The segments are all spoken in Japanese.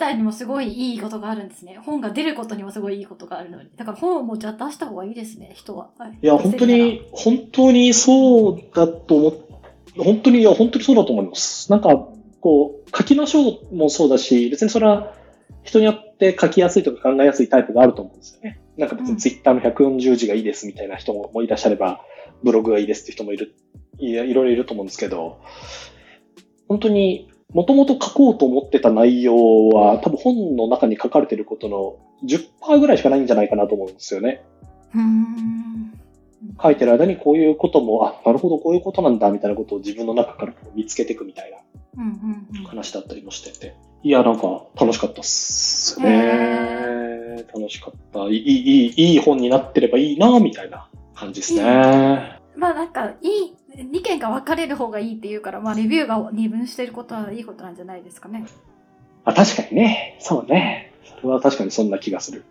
体にもすごいいいことがあるんですね。本が出ることにもすごいいいことがあるのに。だから本もじゃあ出した方がいいですね、人は。 いや、本当にそうだと思って、本当にそうだと思います。なんか、こう、書きましょうもそうだし、別にそれは人によって書きやすいとか考えやすいタイプがあると思うんですよね。なんか別にツイッターの140字がいいですみたいな人もいらっしゃれば、ブログがいいですって人もいろいろいると思うんですけど、本当にもともと書こうと思ってた内容は多分本の中に書かれていることの 10% ぐらいしかないんじゃないかなと思うんですよね。書いてる間にこういうことも、なるほどこういうことなんだみたいなことを自分の中から見つけていくみたいな話だったりもしてて、いやなんか楽しかったっすね。楽しかった。いい本になってればいいなみたいな感じですね。 まあなんか意見が分かれる方がいいっていうから、まあレビューが二分してることはいいことなんじゃないですかね。 確かにね。そうね。それは確かにそんな気がする。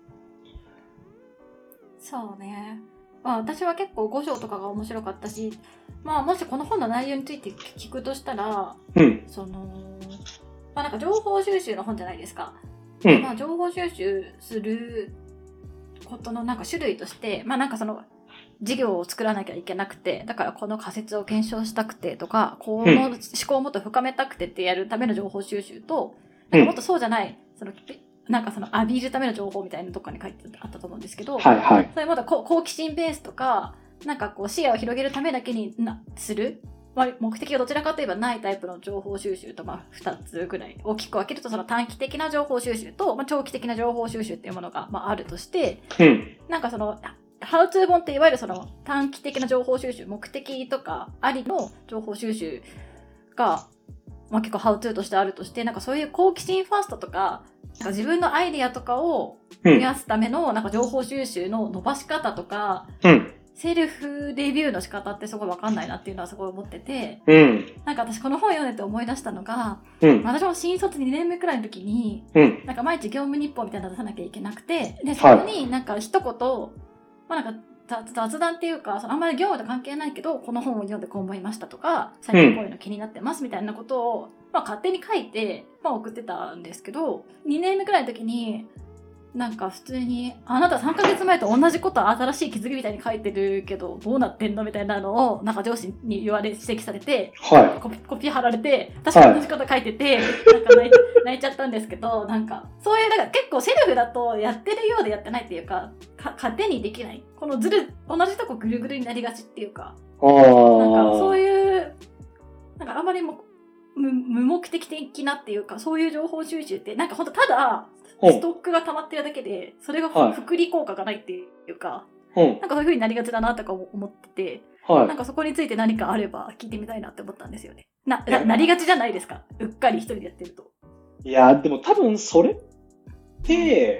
そうね。まあ私は結構5章とかが面白かったし、まあもしこの本の内容について聞くとしたら、まあなんか情報収集の本じゃないですか。まあ情報収集することのなんか種類として、まあなんかその事業を作らなきゃいけなくて、だからこの仮説を検証したくてとか、この思考をもっと深めたくてってやるための情報収集と、なんかもっとそうじゃない、なんかその浴びるための情報みたいなところに書いてあったと思うんですけど、 はいはい、 それもっと好奇心ベースとか、なんかこう視野を広げるためだけにする、目的がどちらかといえばないタイプの情報収集と、まあ2つぐらい大きく分けると、その短期的な情報収集と、まあ、長期的な情報収集っていうものが、まあ、あるとして、なんかそのハウツー本っていわゆるその短期的な情報収集、目的とかありの情報収集が、まあ、結構ハウツーとしてあるとして、なんかそういう好奇心ファーストとか、なんか自分のアイディアとかを増やすためのなんか情報収集の伸ばし方とか、セルフレビューの仕方ってすごい分かんないなっていうのはすごい思ってて、なんか私この本読んでて思い出したのが、私も新卒2年目くらいの時に、なんか毎日業務日報みたいなの出さなきゃいけなくて、でそこになんか一言、まあなんか雑談っていうか、あんまり業務と関係ないけど、この本を読んでこう思いましたとか、最近こういうの気になってますみたいなことを、まあ勝手に書いて、まあ送ってたんですけど、2年目くらいの時に、なんか普通に、あなた3ヶ月前と同じこと新しい気づきみたいに書いてるけど、どうなってんのみたいなのを、なんか上司に指摘されて、コピー貼られて、確かに同じこと書いてて、なんか泣いちゃったんですけど、なんか、そういう、だから結構セルフだとやってるようでやってないっていうか、勝手にできない。この同じとこぐるぐるになりがちっていうか、なんかそういう、なんかあまり無目的的なっていうか、そういう情報収集って、なんかほんとただ、ストックが溜まってるだけで、それが複利効果がないっていうか、なんかそういう風になりがちだなとか思ってて、なんかそこについて何かあれば聞いてみたいなって思ったんですよね。なりがちじゃないですか、うっかり一人でやってると。 いや、でも多分それって、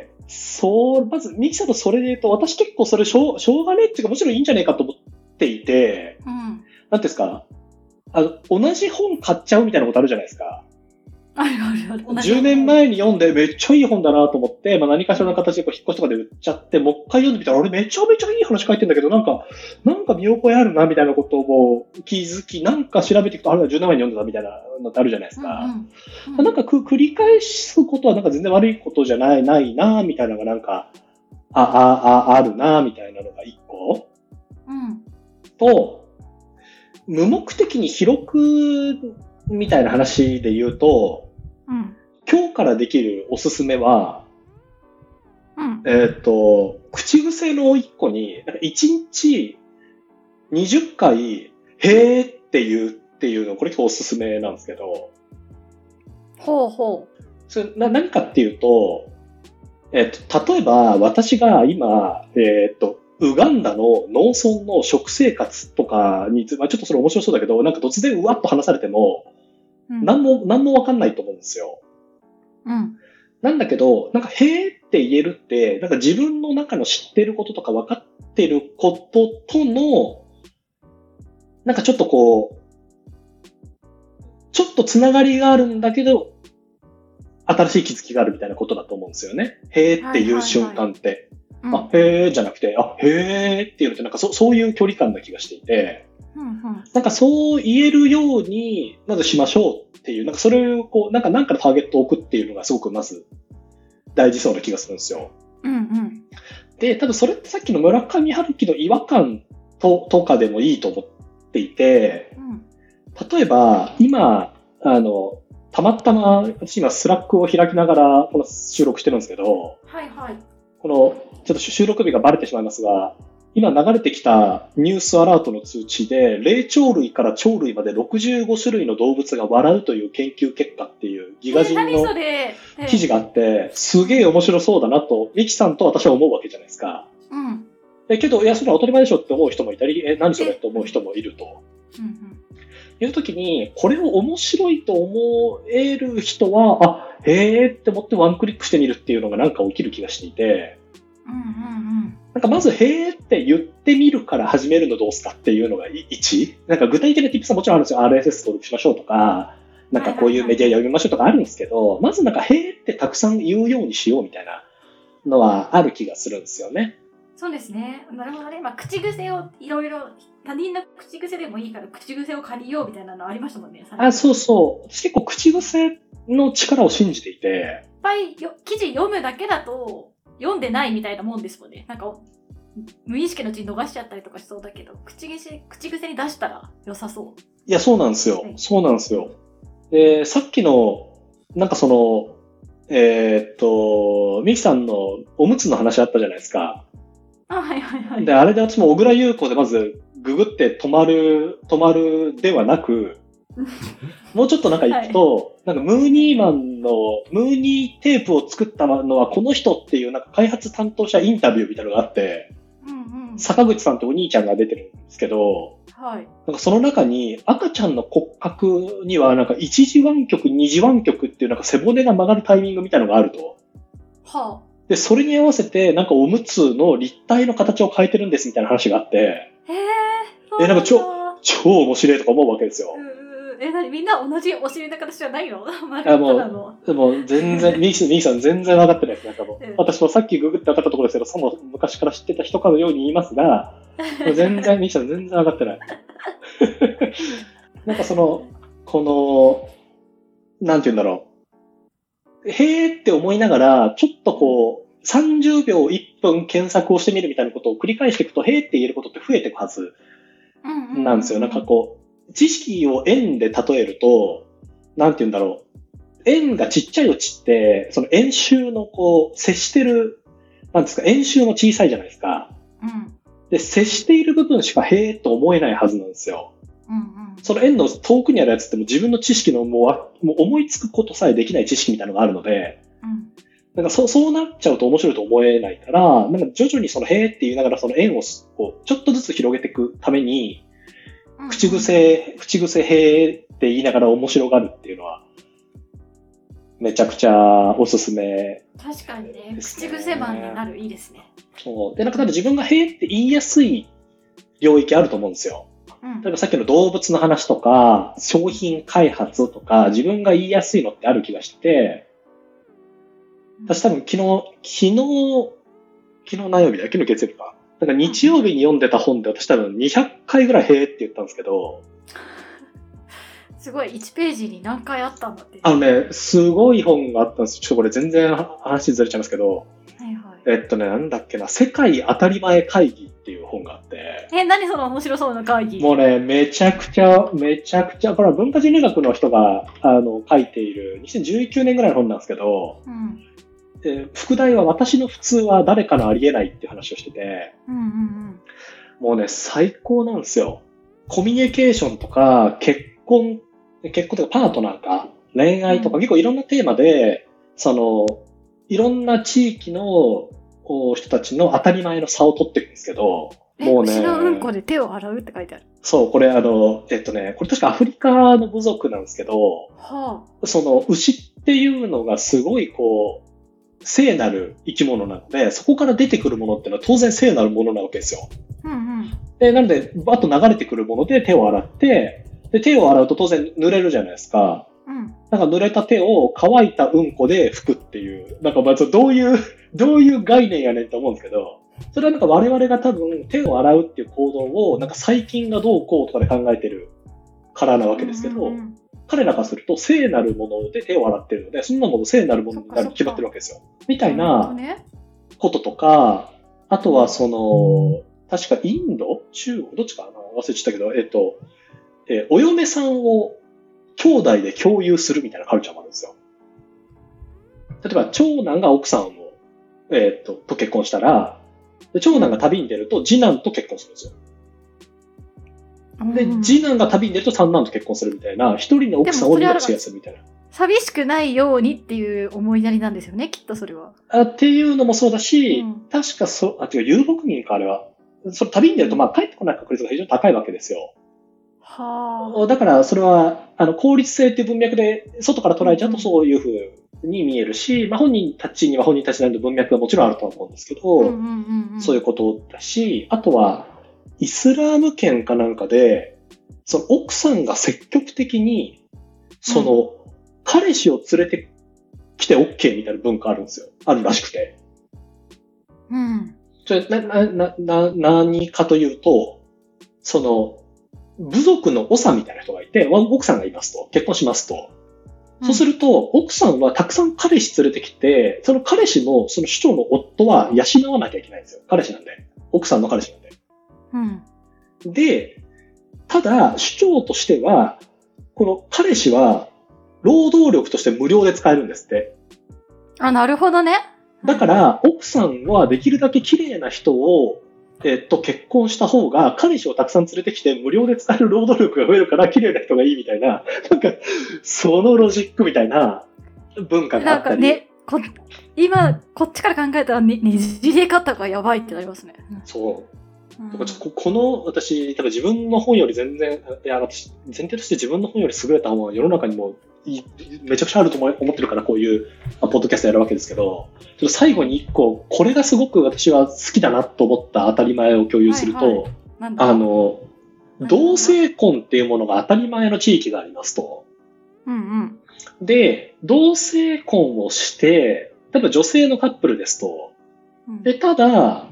まず、ミキさんとそれで言うと、私結構それしょうがねえっていうか、もちろんいいんじゃねえかと思っていて、なんですか、同じ本買っちゃうみたいなことあるじゃないですか。 ある。 10年前に読んでめっちゃいい本だなと思って、まあ、何かしらの形で引っ越しとかで売っちゃって、もう一回読んでみたら、俺めちゃめちゃいい話書いてんだけど、なんか見覚えあるなみたいなことを気づき、なんか調べていくと、あれは10年前に読んでたみたいなのってあるじゃないですか。なんか繰り返すことはなんか全然悪いことじゃないなみたいなのがなんか、あるなみたいなのが一個。と、無目的に広くみたいな話で言うと、今日からできるおすすめは、口癖の一個に、1日20回、へーって言うっていうの、これ結構おすすめなんですけど、それ何かっていうと、例えば私が今、ウガンダの農村の食生活とかに、まあ、ちょっとそれ面白そうだけど、なんか突然うわっと話されても、何もわかんないと思うんですよ。なんだけど、なんかへーって言えるって、なんか自分の中の知ってることとか分かってることとの、なんかちょっとこう、ちょっとつながりがあるんだけど、新しい気づきがあるみたいなことだと思うんですよね。へーっていう瞬間って。へーじゃなくて、へーっていうのってなんかそういう距離感な気がしていて。 なんかそう言えるように、まずしましょうっていう、なんかそれをこう、なんかターゲットを置くっていうのがすごくまず大事そうな気がするんですよ。で、多分それってさっきの村上春樹の違和感とかでもいいと思っていて、例えば今、たまたま私今スラックを開きながらこの収録してるんですけど、このちょっと収録日がバレてしまいますが、今流れてきたニュースアラートの通知で、霊長類から鳥類まで65種類の動物が笑うという研究結果っていうギガ人の記事があって、すげえ面白そうだなと、ミキさんと私は思うわけじゃないですか。けど、いや、それは当たり前でしょって思う人もいたり、何それって思う人もいると。いうときに、これを面白いと思える人は、へーって思ってワンクリックしてみるっていうのがなんか起きる気がしていて、なんかまずへーって言ってみるから始めるのどうすかっていうのが1。なんか具体的な tips はもちろんあるんですよ。RSS 登録しましょうとか、なんかこういうメディア読みましょうとかあるんですけど、まずなんかへーってたくさん言うようにしようみたいなのはある気がするんですよね。 そうですね。なるほどね。口癖をいろいろ、他人の口癖でもいいから口癖を借りようみたいなのありましたもんね。 そうそう。私結構口癖の力を信じていて。 いっぱい記事読むだけだと読んでないみたいなもんですもんね。なんか無意識のうちに逃しちゃったりとかしそうだけど、口癖に出したら良さそう。 いや、そうなんですよ。そうなんですよ。で、さっきの、なんかその、ミキさんのおむつの話あったじゃないですか。で、あれで私も小倉優子でまずググって止まるではなく、もうちょっとなんか行くと、なんかムーニーテープを作ったのはこの人っていうなんか開発担当者インタビューみたいなのがあって、坂口さんってお兄ちゃんが出てるんですけど、なんかその中に赤ちゃんの骨格にはなんか一次湾曲、二次湾曲っていうなんか背骨が曲がるタイミングみたいなのがあると。で、それに合わせてなんかおむつの立体の形を変えてるんですみたいな話があって、なんか超面白いとか思うわけですよ。 みんな同じお尻の形じゃないの？ もう全然、ミキさん全然分かってないです。なんかもう、私もさっきググって分かったところですけど、そも昔から知ってた人かのように言いますが、全然、ミキさん全然分かってない。なんかなんて言うんだろう。へーって思いながら、ちょっとこう、30秒1分検索をしてみるみたいなことを繰り返していくと、へーって言えることって増えていくはずなんですよ。なんかこう、知識を円で例えると、なんて言うんだろう。円がちっちゃいうちって、その円周のこう、接してる、なんですか、円周も小さいじゃないですか。で、接している部分しかへーと思えないはずなんですよ。その円の遠くにあるやつっても自分の知識のもう思いつくことさえできない知識みたいなのがあるので、なんかそうなっちゃうと面白いと思えないから、なんか徐々にそのへーって言いながらその円をこうちょっとずつ広げていくために、口癖へーって言いながら面白がるっていうのは、めちゃくちゃおすすめ。 確かにね、口癖マンになる、いいですね。 そう。で、なんか多分自分がへーって言いやすい領域あると思うんですよ。例えばさっきの動物の話とか、商品開発とか、自分が言いやすいのってある気がして、私多分昨日何曜日だ？昨日月曜日か。なんか日曜日に読んでた本で私多分200回ぐらいへーって言ったんですけど、 すごい、1ページに何回あったんだって。 すごい本があったんですよ。ちょっとこれ全然話ずれちゃいますけど、なんだっけな、世界当たり前会議っていう本があって。 何その面白そうな会議？ もうね、めちゃくちゃ、これは文化人類学の人が、書いている2019年ぐらいの本なんですけど、副題は私の普通は誰かのありえないっていう話をしてて、もうね、最高なんですよ。コミュニケーションとか、結婚とかパートナーか、恋愛とか、結構いろんなテーマで、いろんな地域の人たちの当たり前の差を取っていくんですけど、もうね。 牛のうんこで手を洗うって書いてある。 そう、これこれ確かアフリカの部族なんですけど、牛っていうのがすごいこう、聖なる生き物なので、そこから出てくるものってのは当然聖なるものなわけですよ。で、なので、バッと流れてくるもので手を洗って、で、手を洗うと当然濡れるじゃないですか。なんか濡れた手を乾いたうんこで拭くっていう、なんかまずどういう概念やねんと思うんですけど、 それはなんか我々が多分手を洗うっていう行動をなんか細菌がどうこうとかで考えてるからなわけですけど、彼らからすると聖なるもので手を洗ってるので、そんなもの聖なるものになるに決まってるわけですよ。みたいなこととか、あとはその、確かインド中国どっちかな忘れちゃったけど、お嫁さんを兄弟で共有するみたいなカルチャーもあるんですよ。例えば、長男が奥さんを、と結婚したら、長男が旅に出ると次男と結婚するんですよ。で、次男が旅に出ると三男と結婚するみたいな、一人の奥さんを二人シェアするみたいな。 寂しくないようにっていう思いやりなんですよね、きっとそれは。 っていうのもそうだし、確か違う、遊牧民か、あれは。それ旅に出ると、まあ、帰ってこない確率が非常に高いわけですよ。だから、それは、効率性っていう文脈で、外から捉えちゃうとそういうふうに見えるし、まあ、本人たちには本人たちなりの文脈がもちろんあると思うんですけど、そういうことだし、あとは、イスラーム圏かなんかで、その奥さんが積極的に、その、彼氏を連れてきて OK みたいな文化あるんですよ。あるらしくて。それ何かというと、その、部族の長みたいな人がいて、奥さんがいますと。結婚しますと。そうすると、奥さんはたくさん彼氏連れてきて、その彼氏の、その首長の夫は養わなきゃいけないんですよ。彼氏なんで。奥さんの彼氏なんで。で、ただ、首長としては、この彼氏は、労働力として無料で使えるんですって。 なるほどね。 だから、奥さんはできるだけ綺麗な人を、結婚した方が、彼氏をたくさん連れてきて、無料で使える労働力が増えるから、綺麗な人がいいみたいな、なんか、そのロジックみたいな文化があったり。なんかね、今、こっちから考えたらねじれ方がやばいってなりますね。 そう。この、私、多分自分の本より全然、私、前提として自分の本より優れた本は世の中にもめちゃくちゃあると思ってるから、こういうポッドキャストやるわけですけど、ちょっと最後に一個、これがすごく私は好きだなと思った当たり前を共有すると、同性婚っていうものが当たり前の地域がありますと。で、同性婚をして、例えば女性のカップルですと。で、ただ、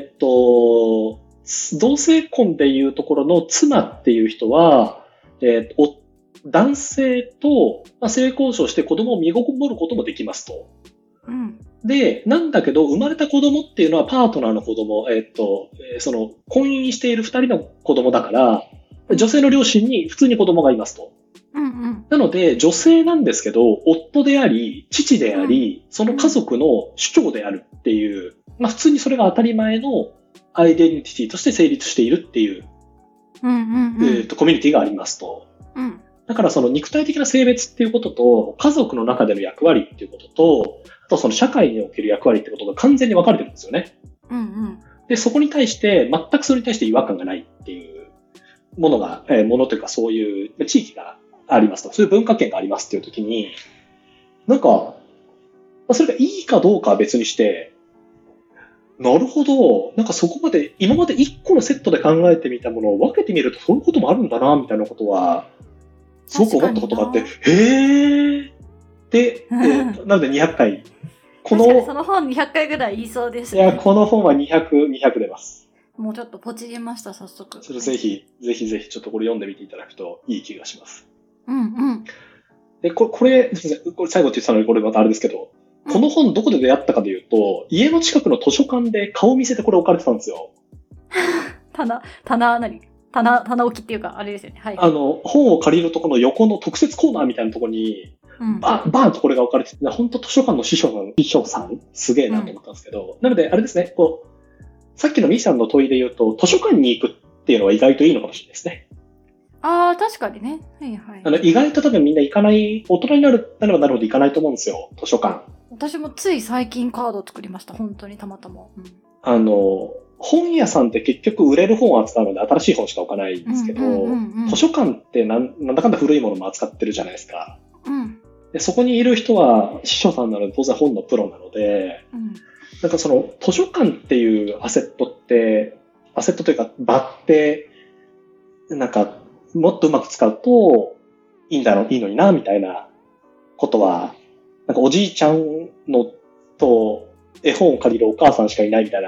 同性婚でいうところの妻っていう人は、男性と性交渉して子供を身ごもることもできますと。で、なんだけど、生まれた子供っていうのはパートナーの子供、その婚姻している二人の子供だから、女性の両親に普通に子供がいますと。なので、女性なんですけど、夫であり、父であり、その家族の主張であるっていう、まあ普通にそれが当たり前のアイデンティティとして成立しているっていう、コミュニティがありますと。だからその肉体的な性別っていうことと、家族の中での役割っていうことと、あとその社会における役割ってことが完全に分かれてるんですよね。で、そこに対して、全くそれに対して違和感がないっていうものが、ものというかそういう地域がありますと。そういう文化圏がありますっていうときに、なんか、それがいいかどうかは別にして、なるほど。なんかそこまで、今まで一個のセットで考えてみたものを分けてみるとそういうこともあるんだな、みたいなことは、すごく思ったことがあって、へーで、なので200回。 その本200回ぐらい言いそうですね。 いや、この本は200出ます。 もうちょっとポチりました、早速。 それぜひちょっとこれ読んでみていただくといい気がします。で、これ最後って言ってたのにこれまたあれですけど、この本どこで出会ったかでいうと、家の近くの図書館で顔見せてこれ置かれてたんですよ。 棚置きっていうか、あれですよね。はい。 本を借りるとこの横の特設コーナーみたいなところに、バーンとこれが置かれてて、本当図書館の師匠さん、すげえなと思ったんですけど、なので、あれですね、さっきのミーさんの問いで言うと、図書館に行くっていうのは意外といいのかもしれないですね。 確かにね。 意外と多分みんな行かない、大人になればなるほど行かないと思うんですよ、図書館。 私もつい最近カードを作りました、本当にたまたま。 本屋さんって結局売れる本を扱うので新しい本しか置かないんですけど、図書館ってなんだかんだ古いものも扱ってるじゃないですか。でそこにいる人は師匠さんなので当然本のプロなので、なんかその図書館っていうアセットというか場って、なんかもっとうまく使うといいのにな、みたいなことは、なんかおじいちゃんのと絵本を借りるお母さんしかいないみたいな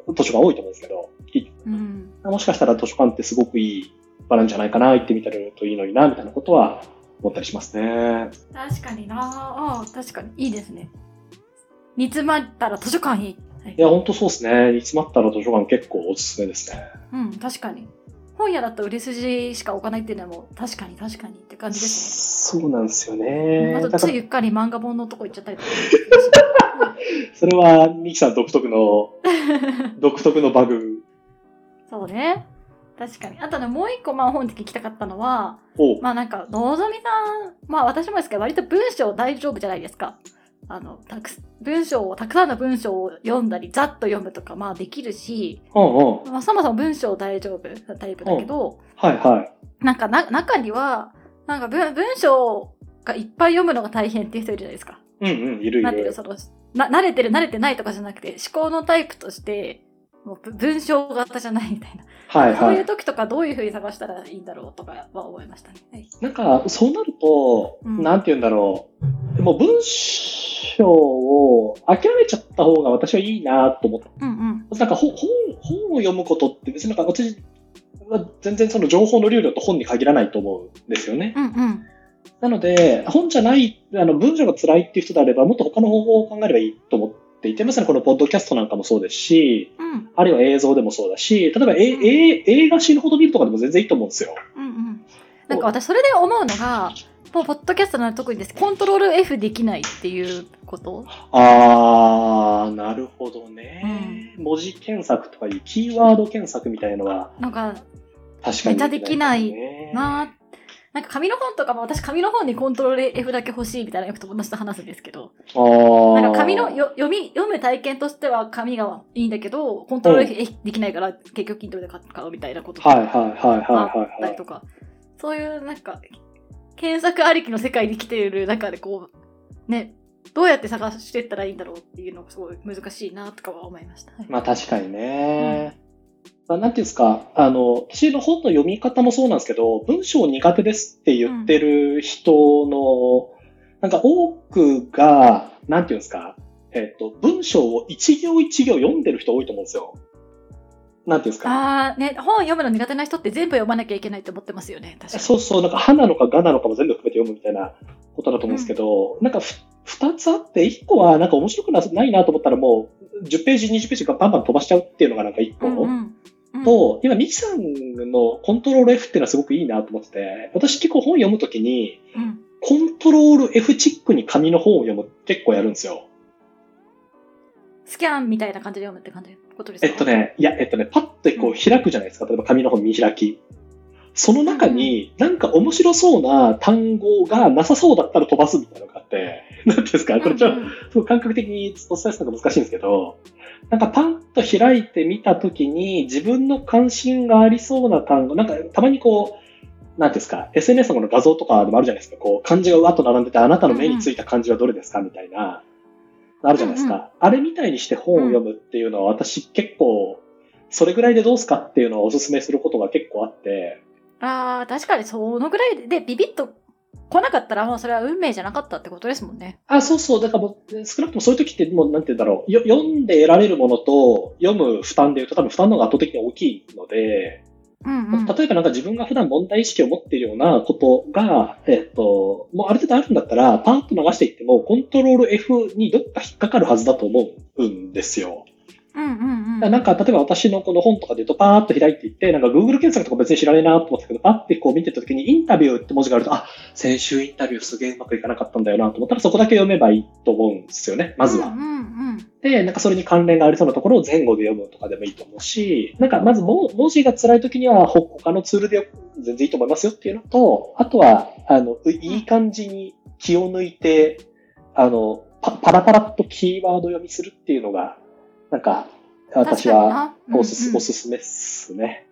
図書館多いと思うんですけど、もしかしたら図書館ってすごくいい場なんじゃないかな、行ってみたらといいのにな、みたいなことは思ったりしますね。 確かにな。確かにいいですね。煮詰まったら図書館いい。 いや、本当そうですね。煮詰まったら図書館結構おすすめですね。 確かに。本屋だと売れ筋しか置かないっていうのも確かにって感じですね。そうなんですよね。 あとついうっかり漫画本のとこ行っちゃったりとか。 それはミキさん独特のバグ。 そうね。確かに。あとね、もう一個本的に聞きたかったのは、なんかのぞみさん、私もですけど割と文章大丈夫じゃないですか。たくさんの文章を読んだりざっと読むとかできるし、そもそも文章大丈夫なタイプだけど、なんか中にはなんか文章がいっぱい読むのが大変っていう人いるじゃないですか。 いる。 慣れてる慣れてないとかじゃなくて、思考のタイプとしてもう文章型じゃないみたいな。そういう時とかどういう風に探したらいいんだろうとかは思いましたね。 なんかそうなると、なんて言うんだろう。もう文章を諦めちゃった方が私はいいなと思って。なんか本を読むことって別になんか私は全然その情報の流量と本に限らないと思うんですよね。なので本じゃない文章が辛いっていう人であればもっと他の方法を考えればいいと思っていて、まさにこのポッドキャストなんかもそうですし、あるいは映像でもそうだし、例えば、映画死ぬほど見るとかでも全然いいと思うんですよ。 なんか私それで思うのが、ポッドキャストの特にです。コントロール F できないっていうこと。 なるほどね。文字検索とかいうキーワード検索みたいのはなんか確かにめちゃできないな。なんか紙の本とかも私紙の本にコントロール F だけ欲しいみたいなよく友達と話すんですけど、なんか紙の読む体験としては紙がいいんだけどコントロール F できないから結局 Kindle で買うみたいなことがあったりとか、そういうなんか検索ありきの世界に来ている中でこうね、どうやって探していったらいいんだろうっていうのがすごい難しいなとかは思いました。 確かにね。なんていうんですか、私の本の読み方もそうなんですけど、文章苦手ですって言ってる人の、なんか多くが、なんていうんですか、文章を一行一行読んでる人多いと思うんですよ。なんていうんですか。 本読むの苦手な人って全部読まなきゃいけないって思ってますよね。確かに。 そう、なんか、はなのかがなのかも全部含めて読むみたいなことだと思うんですけど、なんか二つあって、一個はなんか面白くないなと思ったらもう、10ページ、20ページがバンバン飛ばしちゃうっていうのがなんか一個。と、今、ミキさんのコントロール F っていうのはすごくいいなと思ってて、私結構本読むときに、コントロール F チックに紙の本を読む結構やるんですよ。 スキャンみたいな感じで読むって感じことですか？ パッとこう開くじゃないですか。例えば紙の本見開き。その中になんか面白そうな単語がなさそうだったら飛ばすみたいなのがあって、なんていうんですか、これちょっと感覚的にお伝えするのが難しいんですけど、なんかパンと開いてみたときに自分の関心がありそうな単語、なんかたまにこう、なんていうんですか、SNS のこの画像とかでもあるじゃないですか、こう漢字がうわっと並んでて、あなたの目についた漢字はどれですかみたいな、あるじゃないですか。あれみたいにして本を読むっていうのは私結構、それぐらいでどうすかっていうのをお勧めすることが結構あって。 確かにそのぐらいでビビッと来なかったらもうそれは運命じゃなかったってことですもんね。 そう。だからもう少なくともそういう時ってもうなんて言うんだろう。読んで得られるものと読む負担で言うと多分負担の方が圧倒的に大きいので、例えばなんか自分が普段問題意識を持っているようなことが、もうある程度あるんだったらパーッと流していってもコントロール F にどっか引っかかるはずだと思うんですよ。なんか、例えば私のこの本とかで言うと、パーッと開いていって、なんか Google 検索とか別に知らないなと思ったけど、パッてこう見てた時にインタビューって文字があると、先週インタビューすげえうまくいかなかったんだよなと思ったら、そこだけ読めばいいと思うんですよね、まずは。で、なんかそれに関連がありそうなところを前後で読むとかでもいいと思うし、なんかまず文字が辛い時には他のツールで全然いいと思いますよっていうのと、あとは、いい感じに気を抜いて、パラパラっとキーワード読みするっていうのが、なんか、私はおすすめっすね。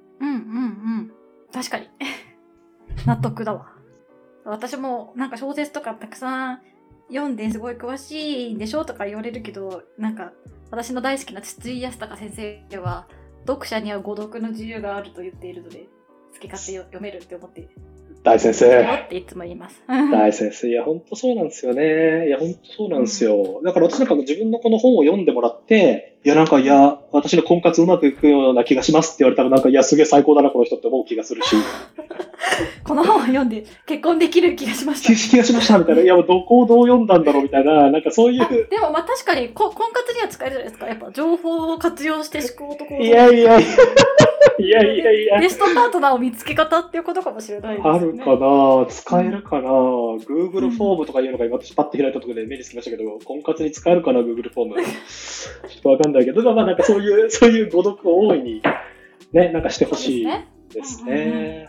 確かに。納得だわ。私もなんか小説とかたくさん読んですごい詳しいんでしょとか言われるけど、なんか私の大好きな筒井康隆先生は読者には誤読の自由があると言っているので、好き勝手読めるって思って。 大先生。 っていつも言います。 大先生。いや、本当そうなんですよね。いや、本当そうなんですよ。だから私なんか自分のこの本を読んでもらって、 いや、なんか、いや、私の婚活うまくいくような気がしますって言われたら、なんか、いや、すげえ最高だな、この人って思う気がするし。 この本を読んで結婚できる気がしました。 気がしました、みたいな。いや、どこをどう読んだんだろう、みたいな、なんかそういう。 でも、まあ確かに婚活には使えるじゃないですか。やっぱ情報を活用して思考とこう。 いやいやいや。いやいやいや。 ベストパートナーを見つけ方っていうことかもしれないですね。 あるかな、使えるかな、Google フォームとかいうのが今私パッと開いたところで目につきましたけど、婚活に使えるかな Google フォーム。ちょっとわかんないけど、まあなんかそういう誤読を大いにね、なんかしてほしいですね。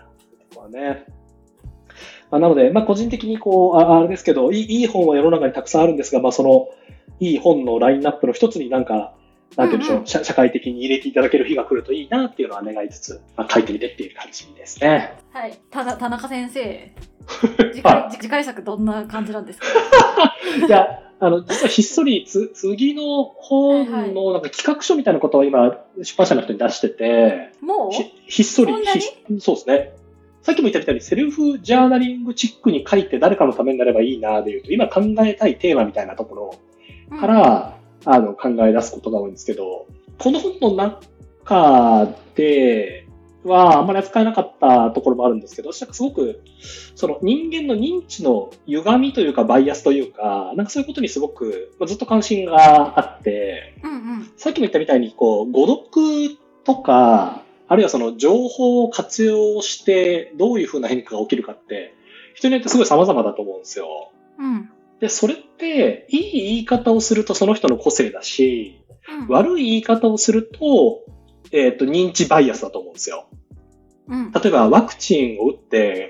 まあ、なので、まあ個人的にこう、あれですけど、いい本は世の中にたくさんあるんですが、まあその、いい本のラインナップの一つになんか、なんて言うんでしょう、社会的に入れていただける日が来るといいなっていうのは願いつつ、まあ、書いてみてっていう感じですね。 はい。田中先生、次回作どんな感じなんですか？ いや、実はひっそり次の本のなんか企画書みたいなことを今、出版社の人に出してて、 もうひっそり、そうですね。さっきも言ったみたいにセルフジャーナリングチックに書いて誰かのためになればいいなでいうと、今考えたいテーマみたいなところから、考え出すことが多いんですけど、この本の中ではあんまり扱えなかったところもあるんですけど、すごくその人間の認知の歪みというかバイアスというか、なんかそういうことにすごくずっと関心があって、さっきも言ったみたいにこう誤読とか、あるいはその情報を活用してどういうふうな変化が起きるかって人によってすごい様々だと思うんですよ。で、それって、いい言い方をするとその人の個性だし、悪い言い方をすると、認知バイアスだと思うんですよ。例えば、ワクチンを打って、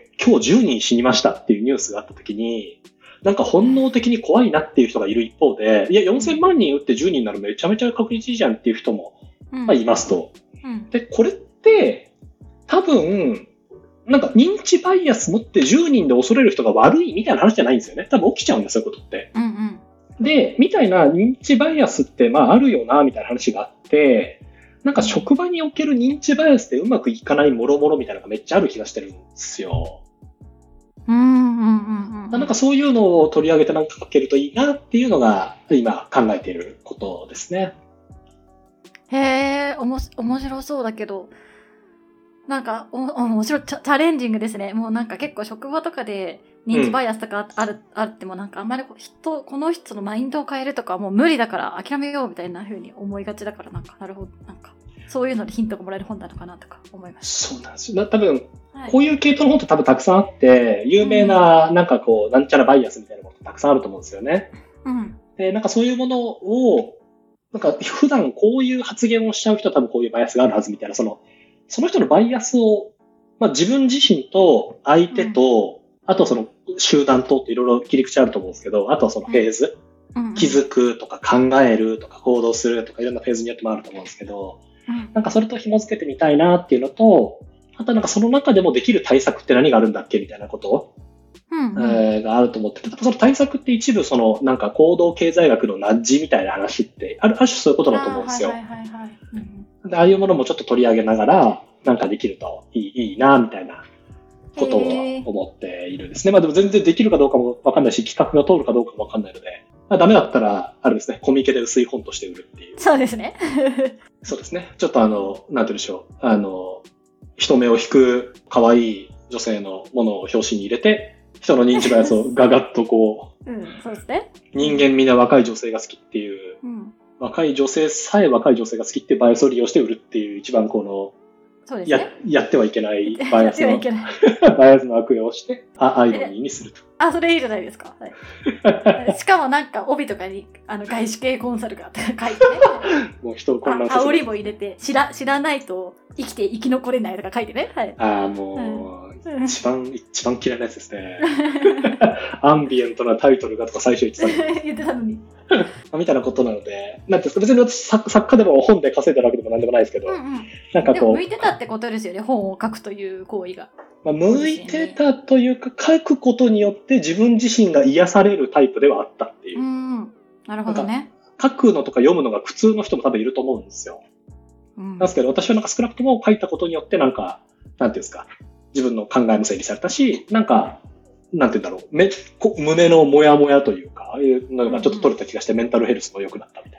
今日10人死にましたっていうニュースがあった時に、なんか本能的に怖いなっていう人がいる一方で、いや、4000万人打って10人になるめちゃめちゃ確率いいじゃんっていう人も、まあ、いますと。で、これって、多分、なんか認知バイアス持って10人で恐れる人が悪いみたいな話じゃないんですよね。多分起きちゃうんですよ、そういうことって。で、みたいな認知バイアスってまああるよな、みたいな話があって、なんか職場における認知バイアスでうまくいかないもろもろみたいなのがめっちゃある気がしてるんですよ。なんかそういうのを取り上げてなんか書けるといいなっていうのが今考えていることですね。 へー、面白そうだけど、なんか面白いチャレンジングですね。もうなんか結構職場とかで認知バイアスとかあってもなんかあんまりこの人のマインドを変えるとかもう無理だから諦めようみたいな風に思いがちだから、なんかなるほど、なんかそういうのでヒントがもらえる本なのかなとか思いました。 そうなんですよ。多分、こういう系統の本って多分たくさんあって、有名ななんかこう、なんちゃらバイアスみたいなものってたくさんあると思うんですよね。で、なんかそういうものを、なんか普段こういう発言をしちゃう人は多分こういうバイアスがあるはずみたいな、その人のバイアスを、まあ、自分自身と相手と、あとその集団とっていろいろ切り口あると思うんですけど、あとはそのフェーズ、気づくとか考えるとか行動するとかいろんなフェーズによってもあると思うんですけど、なんかそれと紐付けてみたいなっていうのと、あとなんかその中でもできる対策って何があるんだっけみたいなことがあると思ってて、その対策って一部そのなんか行動経済学のナッジみたいな話ってある種そういうことだと思うんですよ。ああいうものもちょっと取り上げながら、なんかできるといいな、みたいなことを思っているんですね。まあでも全然できるかどうかもわかんないし、企画が通るかどうかもわかんないので、まあダメだったら、あれですね、コミケで薄い本として売るっていう。 そうですね。 そうですね。ちょっとなんて言うんでしょう。人目を引く可愛い女性のものを表紙に入れて、人の認知バイアスをガガッとこう、 そうですね。 人間みんな若い女性が好きっていう、若い女性さえ若い女性が好きっていうバイアスを利用して売るっていう一番この、 そうですね、 やってはいけないバイアスの悪用をしてアイロニーにすると。 それいいじゃないですか。しかもなんか帯とかに外資系コンサルが書いてね。 もう人を混乱させる。 煽りも入れて知らないと生き残れないとか書いてね。 もう、一番嫌いなやつですね。アンビエントなタイトルがとか最初言ってたのに。みたいなことなので、なんていうんですか、別に私作家でも本で稼いでるわけでもなんでもないですけど、なんかこう。でも向いてたってことですよね、本を書くという行為が。 向いてたというか、書くことによって自分自身が癒されるタイプではあったっていう。 なるほどね。 書くのとか読むのが苦痛の人も多分いると思うんですよ。なんですけど、私はなんか少なくとも書いたことによってなんか、なんていうんですか、自分の考えも整理されたし、なんか、なんて言うんだろう、胸のモヤモヤというか、ああいうのがちょっと取れた気がして、メンタルヘルスも良くなったみたいな。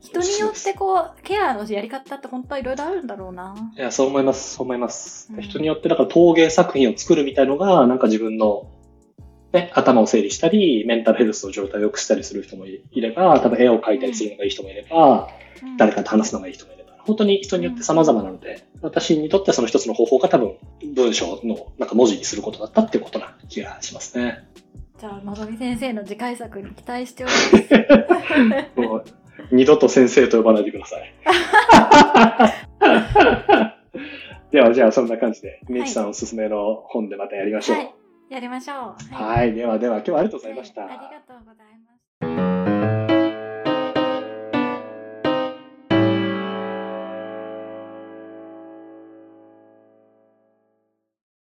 人によってこうケアのやり方って本当はいろいろあるんだろうな。 いや、そう思います。そう思います。 うん人によって、だから陶芸作品を作るみたいのが、なんか自分の、ね、頭を整理したり、メンタルヘルスの状態を良くしたりする人もいれば、多分絵を描いたりするのがいい人もいれば、誰かと話すのがいい人もいれば、本当に人によって様々なので、私にとってはその一つの方法が多分、文章のなんか文字にすることだったっていうことな気がしますね。 じゃあのぞみ先生の次回作に期待しております。 もう二度と先生と呼ばないでください。では、じゃあそんな感じで、みゆきさんおすすめの本でまたやりましょう。 はい、やりましょう。 はい、では今日はありがとうございました。 ありがとうございます。